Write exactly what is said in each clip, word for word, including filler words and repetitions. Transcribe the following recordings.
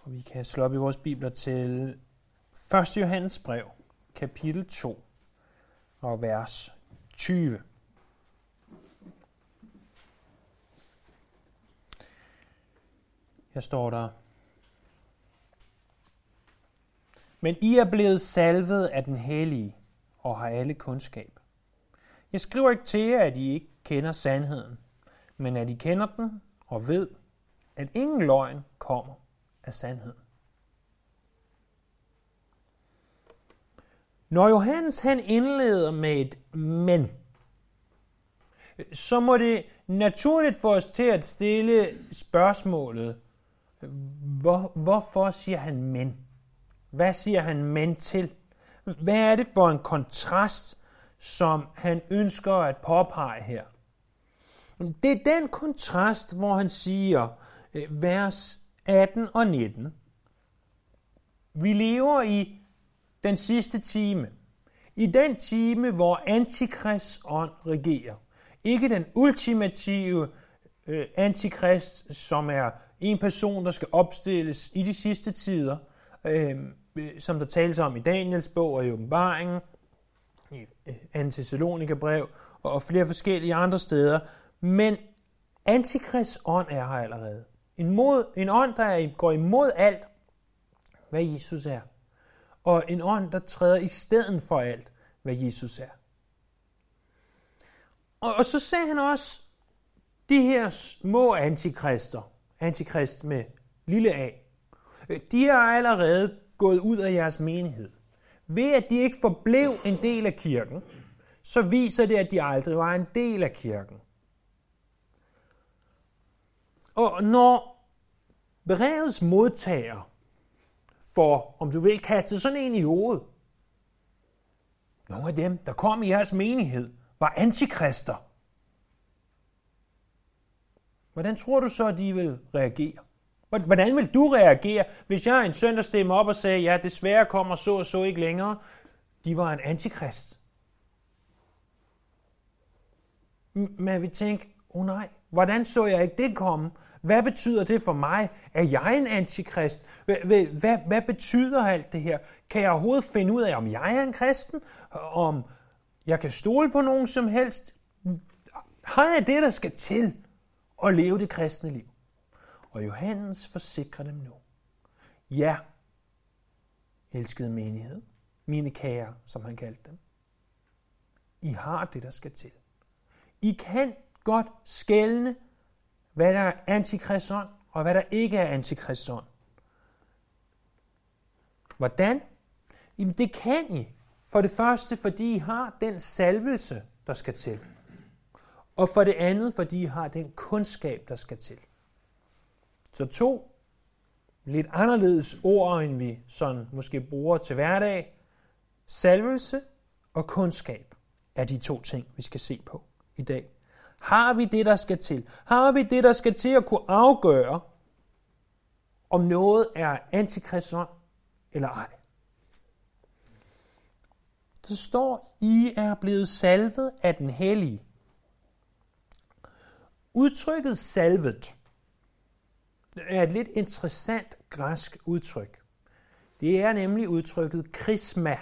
Og vi kan slå op i vores bibler til første Johannes brev, kapitel to og vers tyve. Her står der: Men I er blevet salvet af den hellige og har alle kundskab. Jeg skriver ikke til jer, at I ikke kender sandheden, men at I kender den og ved, at ingen løgn kommer af sandheden. Når Johannes han indleder med et men, så må det naturligt få os til at stille spørgsmålet: Hvor, hvorfor siger han men? Hvad siger han men til? Hvad er det for en kontrast, som han ønsker at påpege her? Det er den kontrast, hvor han siger, vers atten og nitten. Vi lever i den sidste time. I den time, hvor Antikrists ånd regerer. Ikke den ultimative øh, Antikrist, som er en person, der skal opstilles i de sidste tider, øh, som der tales om i Daniels bog og i Åbenbaringen, i anden Thessalonikerbrev og flere forskellige andre steder. Men Antikrists ånd er her allerede. En, mod, en ånd, der går imod alt, hvad Jesus er. Og en ånd, der træder i stedet for alt, hvad Jesus er. Og, og så sagde han også, de her små antikrister, antikrist med lille a, de er allerede gået ud af jeres menighed. Ved at de ikke forblev en del af kirken, så viser det, at de aldrig var en del af kirken. Og når brevets modtager får, om du vil, kaste sådan en i hovedet, nogle af dem, der kom i jeres menighed, var antikrister. Hvordan tror du så, at de vil reagere? Hvordan vil du reagere, hvis jeg en søndag stemmer op og sagde, ja, desværre kommer så og så ikke længere? De var en antikrist. Men vi tænker, åh oh nej, hvordan så jeg ikke det komme? Hvad betyder det for mig? Er jeg en antikrist? Hvad, hvad, hvad betyder alt det her? Kan jeg overhovedet finde ud af, om jeg er en kristen? Om jeg kan stole på nogen som helst? Har jeg det, der skal til at leve det kristne liv? Og Johannes forsikrer dem nu. Ja, elskede menighed, mine kære, som han kaldte dem. I har det, der skal til. I kan godt skelne, hvad der er antikristånd, og hvad der ikke er antikristånd. Hvordan? Jamen det kan I. For det første, fordi I har den salvelse, der skal til. Og for det andet, fordi I har den kundskab, der skal til. Så to lidt anderledes ord, end vi sådan måske bruger til hverdag. Salvelse og kundskab er de to ting, vi skal se på i dag. Har vi det, der skal til? Har vi det, der skal til at kunne afgøre, om noget er antikristånd eller ej? Der står, I er blevet salvet af den hellige. Udtrykket salvet er et lidt interessant græsk udtryk. Det er nemlig udtrykket krisma.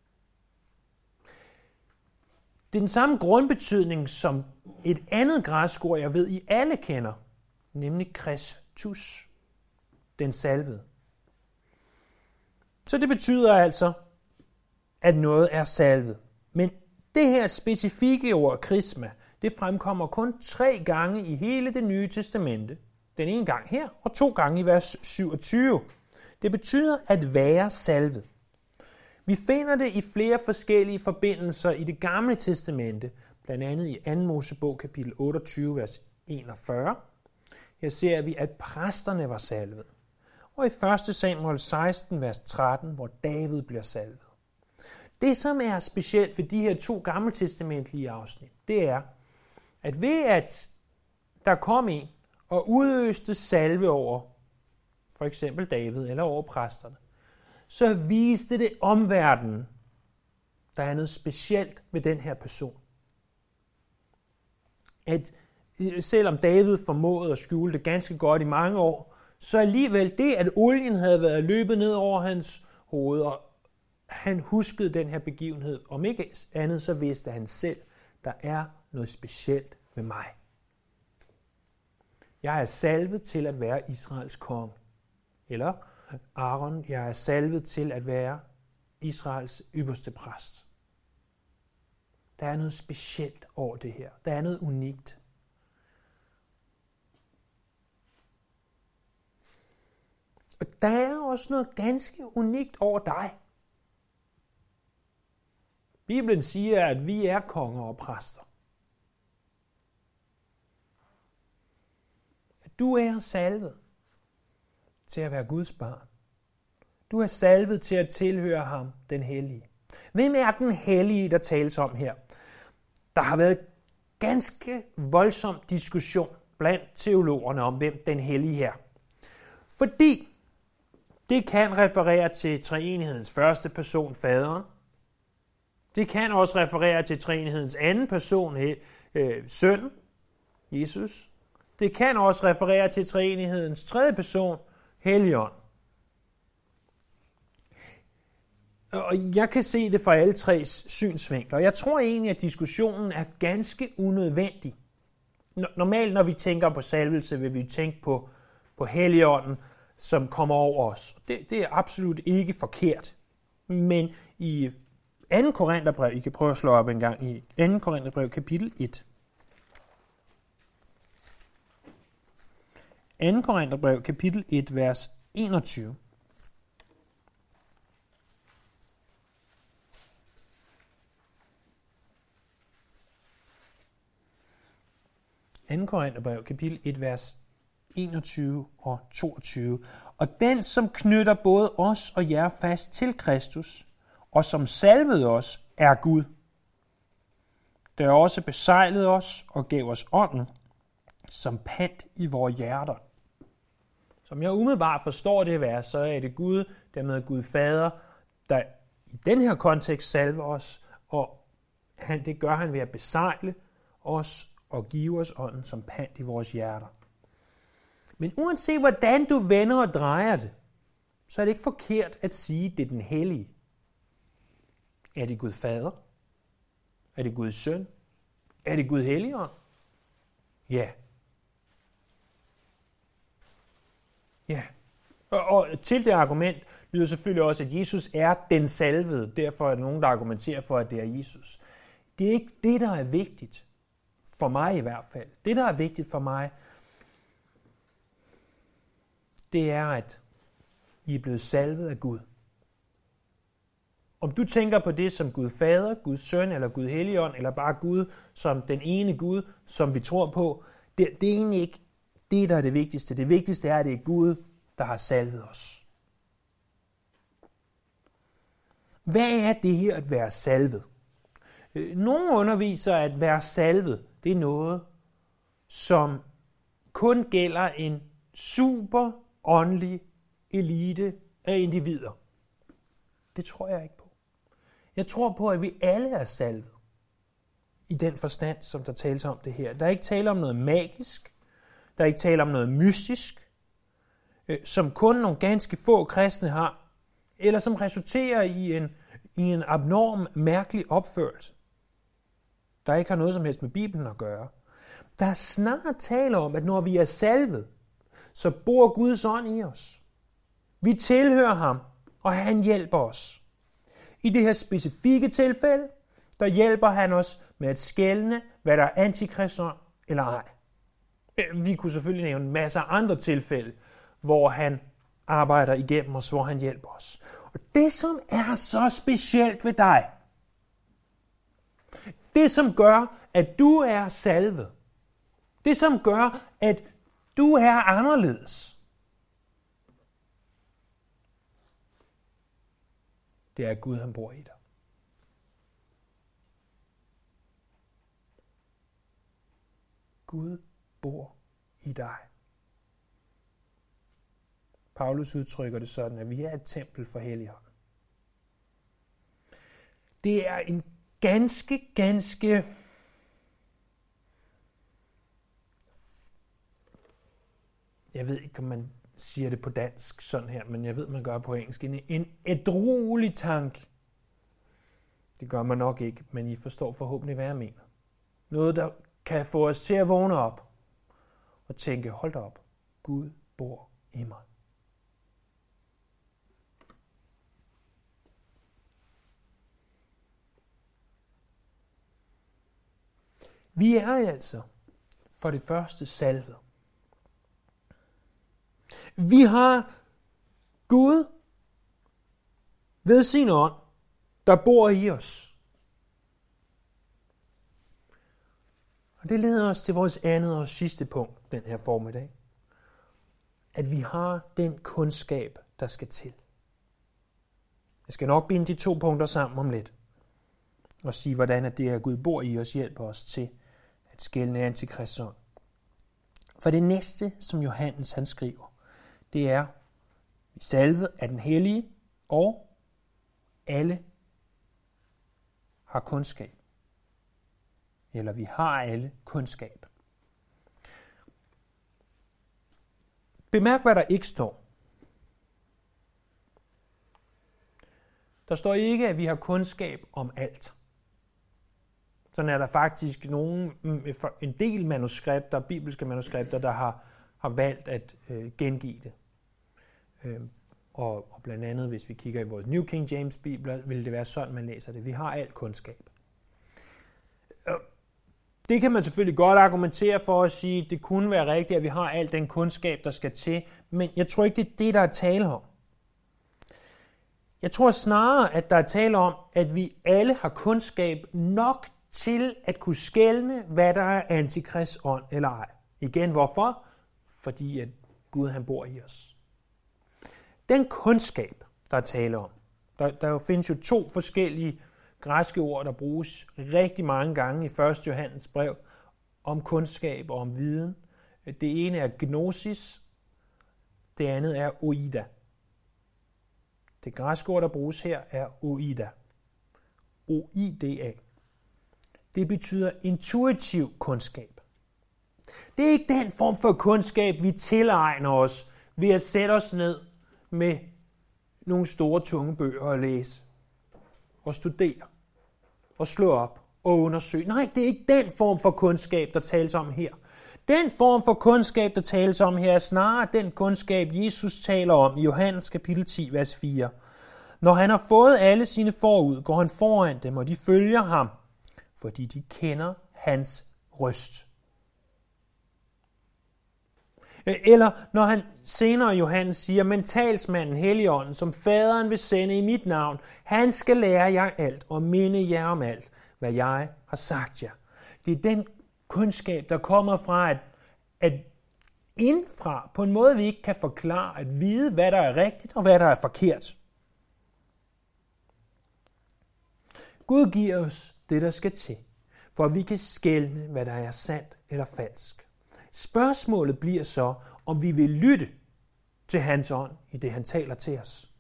Det er den samme grundbetydning som et andet græsk ord, jeg ved, I alle kender, nemlig Kristus, den salvede. Så det betyder altså, at noget er salvet. Men det her specifikke ord, krisma, det fremkommer kun tre gange i hele det nye testamente. Den ene gang her, og to gange i vers syvogtyve. Det betyder at være salvet. Vi finder det i flere forskellige forbindelser i det gamle testamente, blandt andet i anden Mosebog kapitel otteogtyve, vers enogfyrre. Her ser vi, at præsterne var salvet. Og i første Samuel seksten, vers tretten, hvor David bliver salvet. Det, som er specielt ved de her to gammeltestamentlige afsnit, det er, at ved at der kom en og udøste salve over for eksempel David eller over præsterne, så viste det omverdenen, der er noget specielt ved den her person. At selvom David formåede at skjule det ganske godt i mange år, så alligevel det, at olien havde været løbet ned over hans hoved, og han huskede den her begivenhed, om ikke andet, så vidste han selv, der er noget specielt med mig. Jeg er salvet til at være Israels konge. Eller Aaron, jeg er salvet til at være Israels ypperste præst. Der er noget specielt over det her. Der er noget unikt. Og der er også noget ganske unikt over dig. Bibelen siger, at vi er konger og præster. Du er salvet til at være Guds barn. Du er salvet til at tilhøre ham, den hellige. Hvem er den hellige, der tales om her? Der har været ganske voldsom diskussion blandt teologerne om, hvem den hellige her. Fordi det kan referere til treenighedens første person, faderen. Det kan også referere til treenighedens anden person, øh, sønnen, Jesus. Det kan også referere til treenighedens tredje person, Helligånden. Og jeg kan se det fra alle tre synsvinkler. Jeg tror egentlig, at diskussionen er ganske unødvendig. Normalt, når vi tænker på salvelse, vil vi tænke på, på Helligånden, som kommer over os. Det, det er absolut ikke forkert. Men i anden Korintherbrev, I kan prøve at slå op en gang, i anden Korintherbrev, kapitel et. anden Korintherbrev, kapitel et, vers enogtyve. anden Korintherbrev, kapitel et, vers enogtyve og toogtyve. Og den, som knytter både os og jer fast til Kristus, og som salvede os, er Gud, der også besejlede os og gav os ånden som pant i vores hjerter. Som jeg umiddelbart forstår det vers, så er det Gud, dermed Gud Fader, der i den her kontekst salver os, og han, det gør han ved at besejle os og give os ånden som pant i vores hjerter. Men uanset hvordan du vender og drejer det, så er det ikke forkert at sige, at det er den hellige. Er det Gud Fader? Er det Guds Søn? Er det Gud Helligånd? Ja. Ja. Og, og til det argument lyder selvfølgelig også, at Jesus er den salvede. Derfor er der nogen, der argumenterer for, at det er Jesus. Det er ikke det, der er vigtigt. For mig i hvert fald. Det, der er vigtigt for mig, det er, at I er blevet salvet af Gud. Om du tænker på det som Gud Fader, Guds Søn eller Gud Helligånd, eller bare Gud som den ene Gud, som vi tror på, det, det er egentlig ikke det, der er det vigtigste. Det vigtigste er, at det er Gud, der har salvet os. Hvad er det her at være salvet? Nogle underviser, at at være salvet, det er noget, som kun gælder en super åndelig elite af individer. Det tror jeg ikke på. Jeg tror på, at vi alle er salvet. I den forstand, som der tales om det her. Der er ikke tale om noget magisk. Der er ikke tale om noget mystisk, som kun nogle ganske få kristne har, eller som resulterer i en, i en abnorm, mærkelig opførelse, der ikke har noget som helst med Bibelen at gøre. Der er snart tale om, at når vi er salvet, så bor Guds ånd i os. Vi tilhører ham, og han hjælper os. I det her specifikke tilfælde, der hjælper han os med at skelne, hvad der er antikristånd eller ej. Vi kunne selvfølgelig nævne en masse andre tilfælde, hvor han arbejder igennem os, hvor han hjælper os. Og det, som er så specielt ved dig, det, som gør, at du er salvet, det, som gør, at du er anderledes, det er, at Gud han bor i dig. Gud bor i dig. Paulus udtrykker det sådan, at vi er et tempel for Helligånden. Det er en ganske, ganske jeg ved ikke, om man siger det på dansk sådan her, men jeg ved, man gør på engelsk. En, en ædruelig tanke. Det gør man nok ikke, men I forstår forhåbentlig, hvad jeg mener. Noget, der kan få os til at vågne op og tænke, hold da op, Gud bor i mig. Vi er altså for det første salvet. Vi har Gud ved sin ånd, der bor i os. Og det leder os til vores andet og sidste punkt den her formiddag. At vi har den kundskab, der skal til. Jeg skal nok binde de to punkter sammen om lidt. Og sige, hvordan at det er, at Gud bor i os, hjælper os til at skelne antikrists ånd. For det næste, som Johannes han skriver, det er salvet af den hellige, og alle har kundskab. Eller vi har alle kundskab. Bemærk, hvad der ikke står. Der står ikke, at vi har kundskab om alt. Sådan er der faktisk nogle, en del manuskripter, bibelske manuskripter, der har, har valgt at øh, gengive det. Øh, og, og blandt andet, hvis vi kigger i vores New King James Bibler, vil det være sådan, man læser det. Vi har alt kundskab. Det kan man selvfølgelig godt argumentere for at sige, at det kunne være rigtigt, at vi har al den kundskab, der skal til, men jeg tror ikke, det er det, der er tale om. Jeg tror snarere, at der er tale om, at vi alle har kundskab nok til at kunne skelne, hvad der er antikrists ånd eller ej. Igen, hvorfor? Fordi at Gud han bor i os. Den kundskab, der er tale om, der, der findes jo to forskellige græske ord, der bruges rigtig mange gange i første Johannes brev om kundskab og om viden. Det ene er gnosis, det andet er oida. Det græske ord, der bruges her, er oida. O I D A. Det betyder intuitiv kundskab. Det er ikke den form for kundskab, vi tilegner os ved at sætte os ned med nogle store, tunge bøger og læse og studere og slå op og undersøge. Nej, det er ikke den form for kundskab, der tales om her. Den form for kundskab, der tales om her, er snarere den kundskab, Jesus taler om i Johannes kapitel ti, vers fire. Når han har fået alle sine forud, går han foran dem, og de følger ham, fordi de kender hans røst. Eller når han senere Johannes siger, men talsmanden Helligånden, som faderen vil sende i mit navn, han skal lære jer alt og minde jer om alt, hvad jeg har sagt jer. Det er den kundskab, der kommer fra at, at indfra, på en måde vi ikke kan forklare, at vide, hvad der er rigtigt og hvad der er forkert. Gud giver os det, der skal til, for at vi kan skelne, hvad der er sandt eller falsk. Spørgsmålet bliver så, om vi vil lytte til hans ånd i det, han taler til os.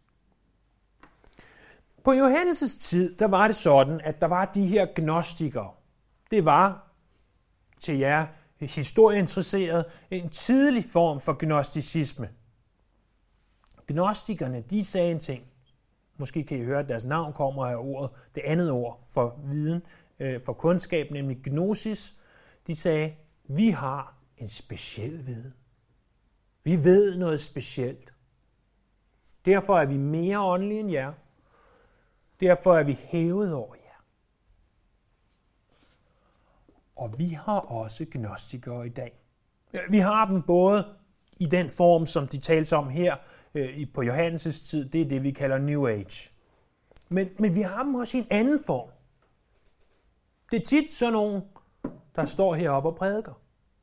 På Johannes' tid, der var det sådan, at der var de her gnostikere. Det var, til jer historieinteresserede, en tidlig form for gnosticisme. Gnostikerne, de sagde en ting. Måske kan I høre, at deres navn kommer af ordet, det andet ord for viden, for kundskab, nemlig gnosis. De sagde, vi har en speciel viden. Vi ved noget specielt. Derfor er vi mere åndelige end jer. Derfor er vi hævet over jer. Og vi har også gnostikere i dag. Vi har dem både i den form, som de tales om her på Johannes' tid. Det er det, vi kalder New Age. Men, men vi har dem også i en anden form. Det er tit sådan nogen, der står heroppe og prædiker.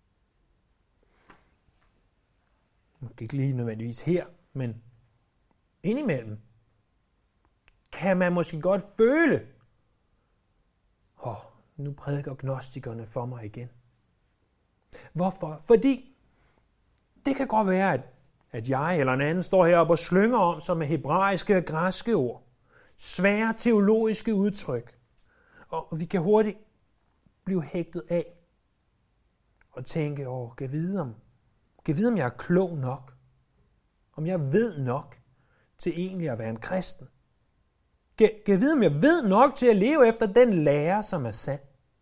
Måske ikke lige nødvendigvis her, men indimellem kan man måske godt føle, åh, oh, nu prædiker gnostikerne for mig igen. Hvorfor? Fordi det kan godt være, at, at jeg eller en anden står heroppe og slynger om sig med hebraiske og græske ord. Svære teologiske udtryk. Og vi kan hurtigt blive hægtet af og tænke, åh, kan vide om, kan vide om jeg er klog nok. om jeg ved nok til egentlig at være en kristen. Kan jeg vide, om jeg ved nok til at leve efter den lære, som er sand?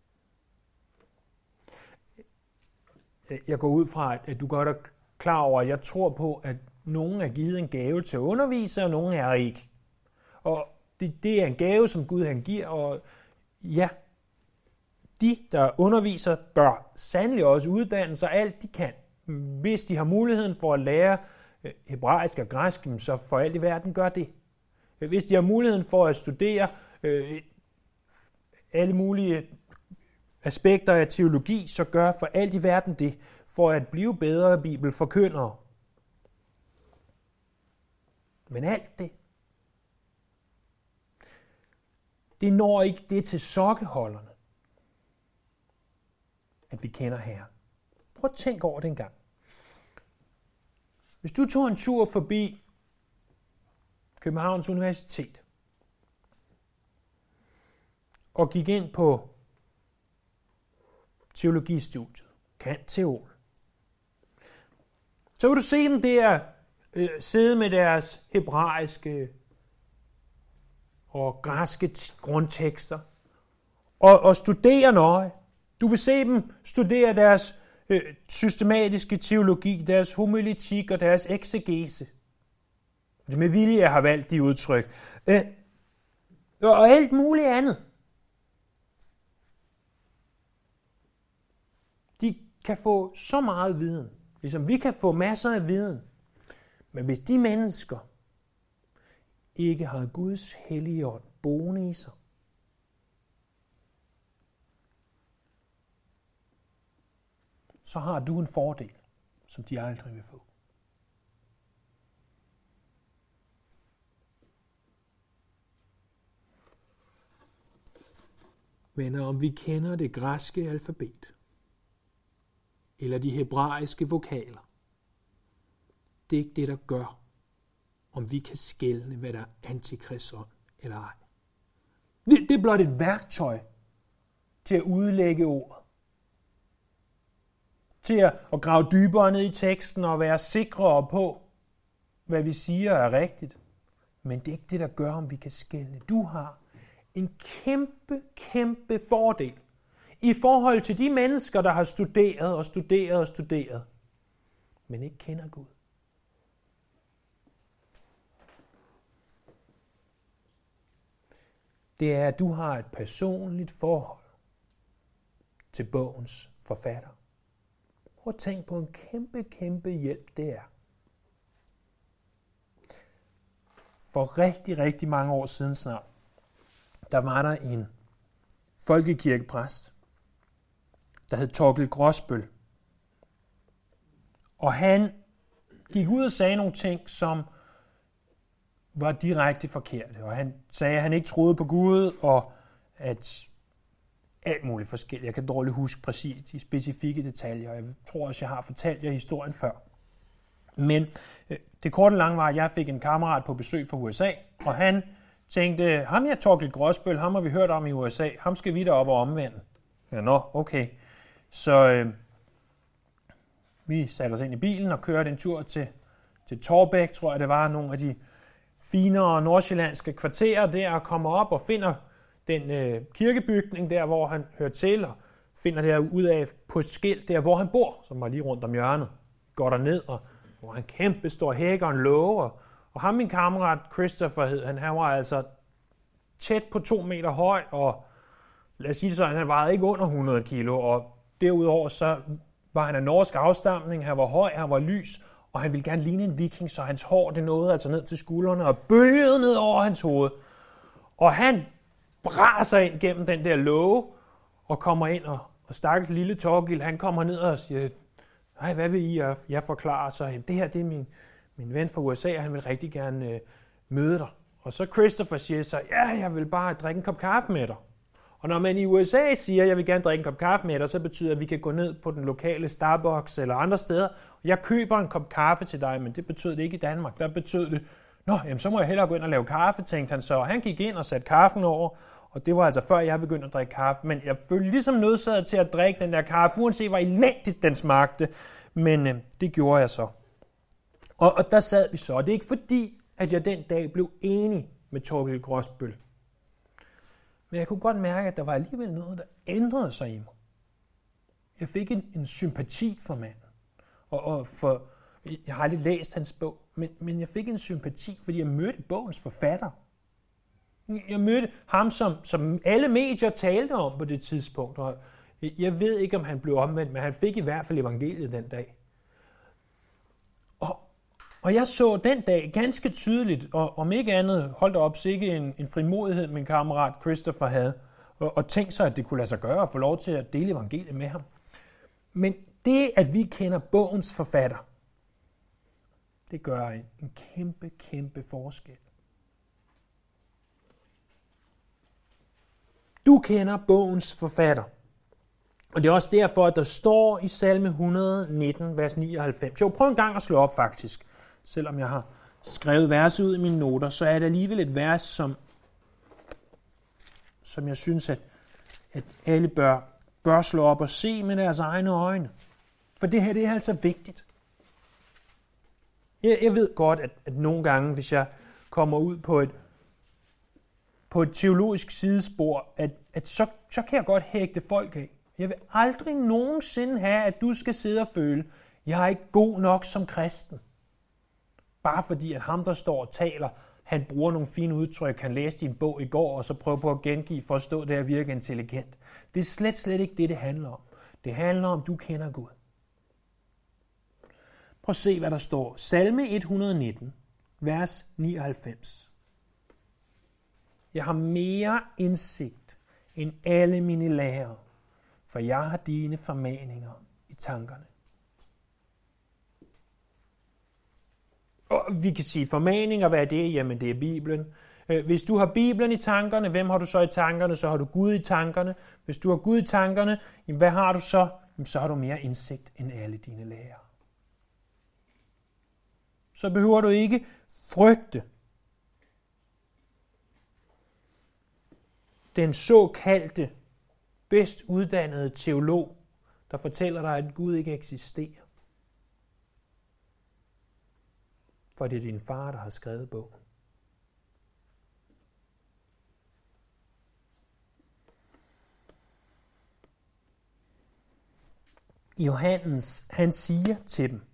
Jeg går ud fra, at du godt er klar over, at jeg tror på, at nogen er givet en gave til at undervise, og nogen er ikke. Og det, det er en gave, som Gud han giver, og ja, de, der underviser, bør sandelig også uddanne sig alt, de kan. Hvis de har muligheden for at lære hebraisk og græsk, så for alt i verden gør det. Hvis de har muligheden for at studere øh, alle mulige aspekter af teologi, så gør for alt i verden det, for at blive bedre bibelforkyndere. Men alt det, det når ikke det til sokkeholderne, at vi kender Herren. Prøv at tænke over det en gang. Hvis du tog en tur forbi Københavns Universitet og gik ind på teologistudiet, cand.theol, så vil du se dem der øh, sidde med deres hebraiske og græske grundtekster og, og studere nøje. Du vil se dem studere deres øh, systematiske teologi, deres homiletik og deres eksegese. Det er med vilje, jeg har valgt de udtryk. Øh, og alt muligt andet. De kan få så meget viden, ligesom vi kan få masser af viden. Men hvis de mennesker ikke har Guds hellige ånd boende i sig, så har du en fordel, som de aldrig vil få. Men om vi kender det græske alfabet, eller de hebraiske vokaler, det er ikke det, der gør, om vi kan skelne, hvad der er antikristenånd eller ej. Det, det er blot et værktøj til at udlægge ordet. Til at, at grave dybere ned i teksten og være sikrere på, hvad vi siger er rigtigt. Men det er ikke det, der gør, om vi kan skelne. Du har en kæmpe, kæmpe fordel i forhold til de mennesker, der har studeret og studeret og studeret, men ikke kender Gud. Det er, at du har et personligt forhold til bogens forfatter. Prøv at tænke på en kæmpe, kæmpe hjælp det er. For rigtig, rigtig mange år siden snart, der var der en folkekirkepræst, der hed Torkel Gråsbøl. Og han gik ud og sagde nogle ting, som var direkte forkerte. Og han sagde, at han ikke troede på Gud, og at alt muligt forskelligt. Jeg kan dårligt huske præcis de specifikke detaljer. Jeg tror også, jeg har fortalt jer historien før. Men det korte lange var, at jeg fik en kammerat på besøg fra U S A, og han tænkte, ham her Torkel Gråsbøl, ham har vi hørt om i U S A, ham skal vi derop og omvende. Ja, nå, okay. Så øh, vi satte os ind i bilen og kørte en tur til, til Torbæk, tror jeg det var, nogle af de finere nordsjællandske kvarterer der, og kommer op og finder den øh, kirkebygning der, hvor han hører til, og finder der ud af på et skilt der, hvor han bor, som var lige rundt om hjørnet. Går der ned, og hvor han kæmpe stor hæk og en låge, og, og ham min kammerat Christopher hed, han, han var altså tæt på to meter høj, og lad os sige så, han vejede ikke under hundrede kilo, og derudover så var han af norsk afstamning, han var høj, han var lys, og han ville gerne ligne en viking, så hans hår det nåede altså ned til skuldrene og bølgede ned over hans hoved. Og han braser ind gennem den der låge og kommer ind, og, og stakkels lille Torgild, han kommer ned og siger, nej, hvad vil I? Og jeg forklarer så, jamen, det her det er min, min ven fra U S A, og han vil rigtig gerne øh, møde dig. Og så Christopher siger så, ja, jeg vil bare drikke en kop kaffe med dig. Og når man i U S A siger, jeg vil gerne drikke en kop kaffe med dig, så betyder det, at vi kan gå ned på den lokale Starbucks eller andre steder. Jeg køber en kop kaffe til dig, men det betød det ikke i Danmark. Der betød det, nå, jamen, så må jeg hellere gå ind og lave kaffe, tænkte han så. Og han gik ind og satte kaffen over, og det var altså før jeg begyndte at drikke kaffe. Men jeg følte ligesom nødsaget til at drikke den der kaffe, uanset hvor elendigt den smagte. Men øh, det gjorde jeg så. Og, og der sad vi så, og det er ikke fordi, at jeg den dag blev enig med Thorkild Grosbøll. Men jeg kunne godt mærke, at der var alligevel noget, der ændrede sig i mig. Jeg fik en, en sympati for manden. Og, og for, jeg har aldrig læst hans bog, men, men jeg fik en sympati, fordi jeg mødte bogens forfatter. Jeg mødte ham, som, som alle medier talte om på det tidspunkt. Og jeg ved ikke, om han blev omvendt, men han fik i hvert fald evangeliet den dag. Og, og jeg så den dag ganske tydeligt, og om ikke andet holdt op sikke en, en frimodighed, min kammerat Christopher havde, og, og tænkte sig, at det kunne lade sig gøre at få lov til at dele evangeliet med ham. Men det, at vi kender bogens forfatter, det gør en, en kæmpe, kæmpe forskel. Du kender bogens forfatter. Og det er også derfor, at der står i salme et hundrede nitten, vers nioghalvfems. Jo, prøv en gang at slå op faktisk. Selvom jeg har skrevet verset ud i mine noter, så er det alligevel et vers, som, som jeg synes, at, at alle bør, bør slå op og se med deres egne øjne. For det her, det er altså vigtigt. Jeg, jeg ved godt, at, at nogle gange, hvis jeg kommer ud på et, på et teologisk sidespor, at, at så, så kan jeg godt hægte folk af. Jeg vil aldrig nogensinde have, at du skal sidde og føle, jeg er ikke god nok som kristen. Bare fordi, at ham, der står og taler, han bruger nogle fine udtryk, han læste i en bog i går, og så prøver på at gengive for at stå der og virke intelligent. Det er slet, slet ikke det, det handler om. Det handler om, at du kender Gud. Prøv at se, hvad der står. Salme et hundrede nitten, vers nioghalvfems. Jeg har mere indsigt end alle mine lærere, for jeg har dine formaninger i tankerne. Og vi kan sige formaninger, hvad er det? Jamen det er Bibelen. Hvis du har Bibelen i tankerne, hvem har du så i tankerne? Så har du Gud i tankerne. Hvis du har Gud i tankerne, jamen hvad har du så? Jamen så har du mere indsigt end alle dine lærere. Så behøver du ikke frygte den såkaldte bedst uddannede teolog, der fortæller dig, at Gud ikke eksisterer. For det er din far, der har skrevet bogen. Johannes, han siger til dem,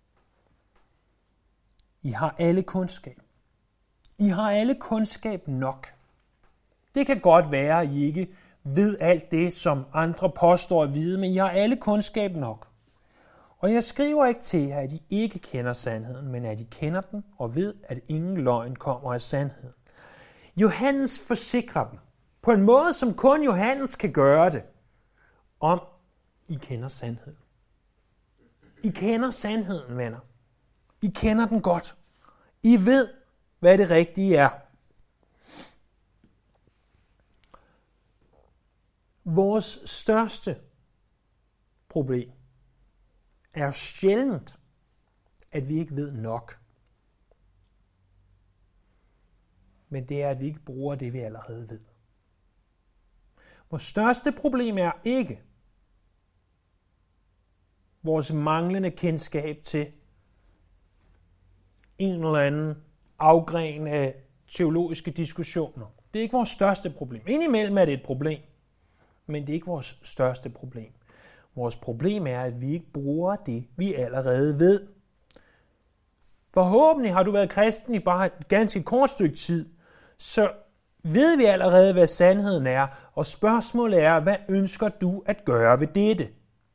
I har alle kundskab. I har alle kundskab nok. Det kan godt være, at I ikke ved alt det, som andre påstår at vide, men I har alle kundskab nok. Og jeg skriver ikke til jer, at I ikke kender sandheden, men at I kender den og ved, at ingen løgn kommer af sandheden. Johannes forsikrer dem, på en måde, som kun Johannes kan gøre det, om I kender sandheden. I kender sandheden, venner. I kender den godt. I ved, hvad det rigtige er. Vores største problem er sjældent, at vi ikke ved nok. Men det er, at vi ikke bruger det, vi allerede ved. Vores største problem er ikke vores manglende kendskab til en eller anden afgren af teologiske diskussioner. Det er ikke vores største problem. Indimellem er det et problem, men det er ikke vores største problem. Vores problem er, at vi ikke bruger det, vi allerede ved. Forhåbentlig har du været kristen i bare et ganske kort stykke tid, så ved vi allerede, hvad sandheden er, og spørgsmålet er, hvad ønsker du at gøre ved dette?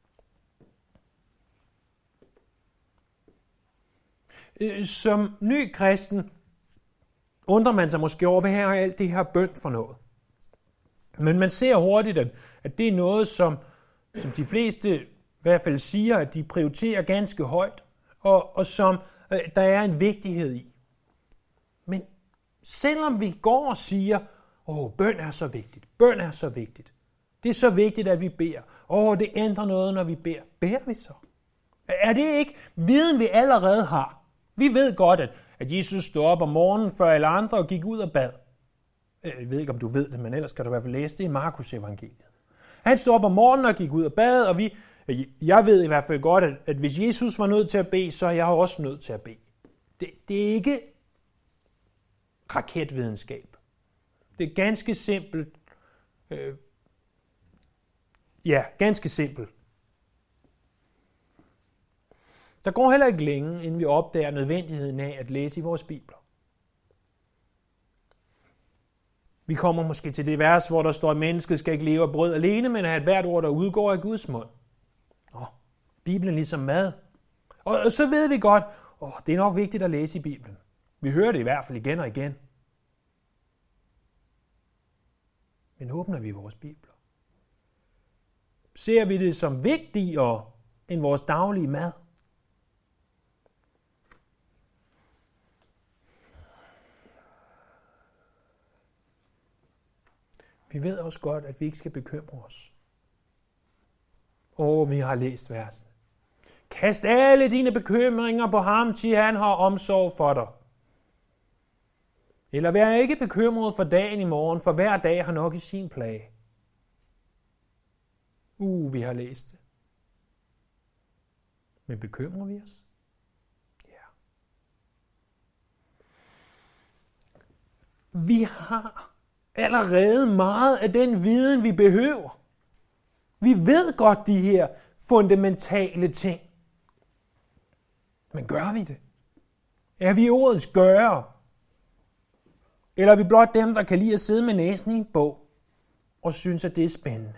Som ny kristen undrer man sig måske over, hvad er alt det her bøn for noget? Men man ser hurtigt, at, at det er noget, som, som de fleste i hvert fald siger, at de prioriterer ganske højt, og, og som øh, der er en vigtighed i. Men selvom vi går og siger, åh, bøn er så vigtigt, bøn er så vigtigt, det er så vigtigt, at vi beder, åh, det ændrer noget, når vi beder, beder vi så? Er det ikke viden, vi allerede har? Vi ved godt, at, at Jesus stod op om morgenen før alle andre og gik ud og bad. Jeg ved ikke, om du ved det, men ellers kan du i hvert fald læse det i Markus evangeliet. Han stod op om morgenen og gik ud og bad, og vi, jeg ved i hvert fald godt, at, at hvis Jesus var nødt til at bede, så er jeg også nødt til at bede. Det, det er ikke raketvidenskab. Det er ganske simpelt. Øh, ja, ganske simpelt. Der går heller ikke længe, inden vi opdager nødvendigheden af at læse i vores bibler. Vi kommer måske til det vers, hvor der står, at mennesket skal ikke leve af brød alene, men have et hvert ord, der udgår af Guds mund. Åh, Bibelen ligesom mad. Og så ved vi godt, åh, det er nok vigtigt at læse i Bibelen. Vi hører det i hvert fald igen og igen. Men åbner vi vores bibler? Ser vi det som vigtigere end vores daglige mad? Vi ved også godt, at vi ikke skal bekymre os. Åh, vi har læst versen. Kast alle dine bekymringer på ham, til han har omsorg for dig. Eller vær ikke bekymret for dagen i morgen, for hver dag har nok i sin plage. Uh, vi har læst det. Men bekymrer vi os? Ja. Vi har allerede meget af den viden, vi behøver. Vi ved godt de her fundamentale ting. Men gør vi det? Er vi ordets gøre? Eller er vi blot dem, der kan lide at sidde med næsen i en bog og synes, at det er spændende?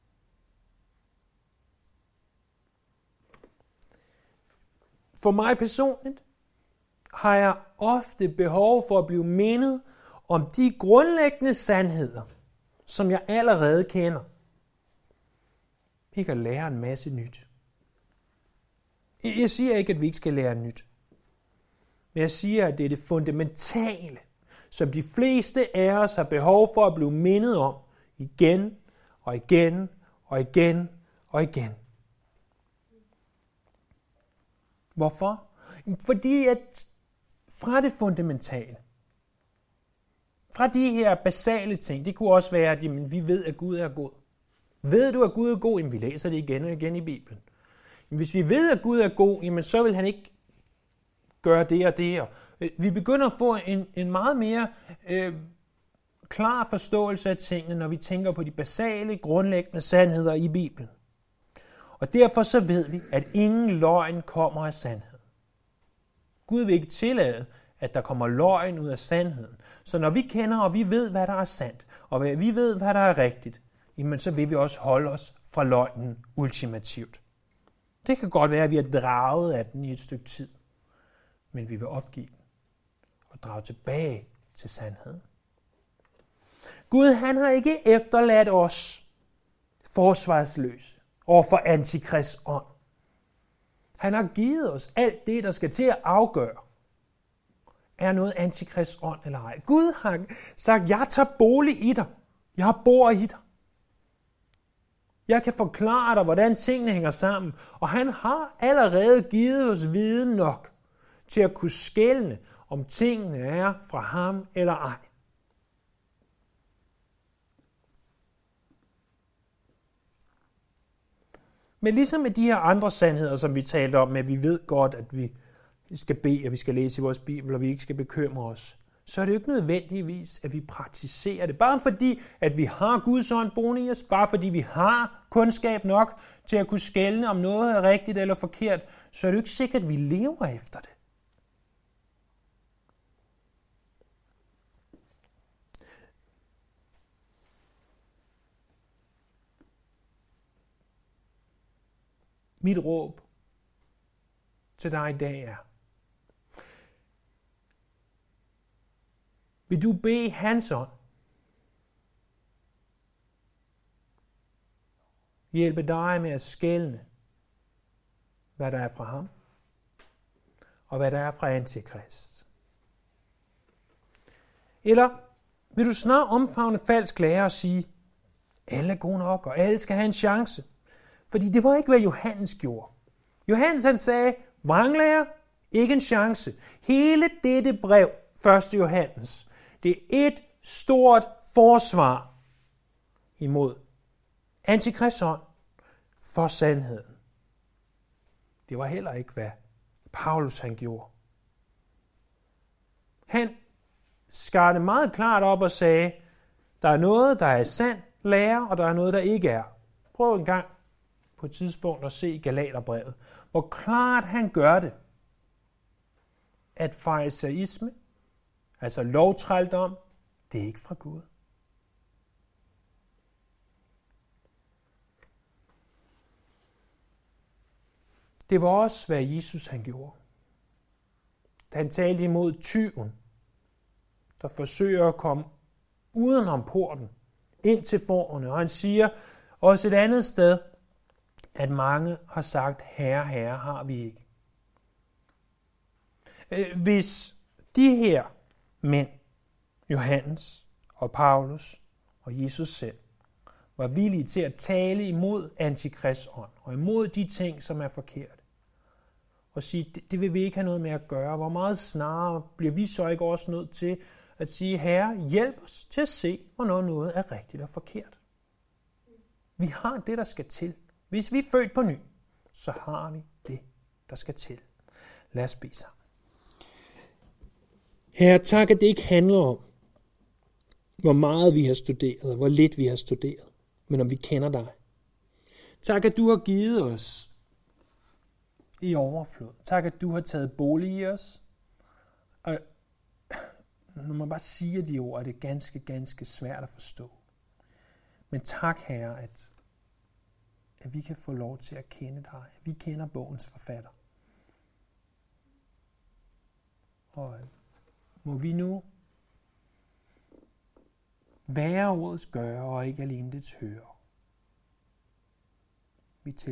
For mig personligt har jeg ofte behov for at blive mindet om de grundlæggende sandheder, som jeg allerede kender. Ikke at lære en masse nyt. Jeg siger ikke, at vi ikke skal lære nyt. Men jeg siger, at det er det fundamentale, som de fleste af os har behov for at blive mindet om igen og igen og igen og igen. Hvorfor? Fordi at fra det fundamentale, fra de her basale ting, det kunne også være, at jamen, vi ved, at Gud er god. Ved du, at Gud er god? Jamen, vi læser det igen og igen i Bibelen. Men hvis vi ved, at Gud er god, jamen, så vil han ikke gøre det og det. Vi begynder at få en, en meget mere øh, klar forståelse af tingene, når vi tænker på de basale, grundlæggende sandheder i Bibelen. Og derfor så ved vi, at ingen løgn kommer af sandhed. Gud vil ikke tillade, at der kommer løgn ud af sandheden. Så når vi kender, og vi ved, hvad der er sandt, og vi ved, hvad der er rigtigt, jamen så vil vi også holde os fra løgnen ultimativt. Det kan godt være, at vi er draget af den i et stykke tid, men vi vil opgive den og drage tilbage til sandheden. Gud, han har ikke efterladt os forsvarsløse over for antikrists ånd. Han har givet os alt det, der skal til at afgøre, er noget antikrists ånd eller ej. Gud har sagt, jeg tager bolig i dig. Jeg bor i dig. Jeg kan forklare dig, hvordan tingene hænger sammen. Og han har allerede givet os viden nok til at kunne skelne, om tingene er fra ham eller ej. Men ligesom med de her andre sandheder, som vi talte om, at vi ved godt, at vi skal bede, at vi skal læse i vores bibel, og vi ikke skal bekymre os, så er det jo ikke nødvendigvis, at vi praktiserer det. Bare fordi, at vi har Guds ånd boende i os, bare fordi vi har kundskab nok til at kunne skelne, om noget er rigtigt eller forkert, så er det jo ikke sikkert, at vi lever efter det. Mit råb til dig i dag er, vil du bede hans ånd hjælpe dig med at skelne, hvad der er fra ham, og hvad der er fra antikrist? Eller vil du snart omfavne falsk lære og sige, alle er gode nok, og alle skal have en chance? Fordi det var ikke, hvad Johannes gjorde. Johannes han sagde, vranglærer, ikke en chance. Hele dette brev, første Johannes, det er et stort forsvar imod antikrists ånd for sandheden. Det var heller ikke, hvad Paulus han gjorde. Han skar det meget klart op og sagde, der er noget, der er sand lære, og der er noget, der ikke er. Prøv en gang på et tidspunkt at se Galaterbrevet, hvor klart han gør det, at farisaisme, altså lovtrældom, det er ikke fra Gud. Det var også, hvad Jesus han gjorde. Da han talte imod tyven, der forsøger at komme udenom porten, ind til fårene. Og han siger også et andet sted, at mange har sagt, herre, herre, har vi ikke. Hvis de her mænd, Johannes og Paulus og Jesus selv, var villige til at tale imod antikristaånd og imod de ting, som er forkerte, og sige, det, det vil vi ikke have noget med at gøre, hvor meget snarere bliver vi så ikke også nødt til at sige, herre, hjælp os til at se, hvornår noget er rigtigt og forkert. Vi har det, der skal til. Hvis vi er født på ny, så har vi det, der skal til. Lad os bede sammen. Herre, tak, at det ikke handler om, hvor meget vi har studeret, og hvor lidt vi har studeret, men om vi kender dig. Tak, at du har givet os i overflod. Tak, at du har taget bolig i os. Og når man bare siger de ord, er det ganske, ganske svært at forstå. Men tak, Herre, at, at vi kan få lov til at kende dig. At vi kender bogens forfatter. Og må vi nu være ordets gøre, og ikke alene dets høre.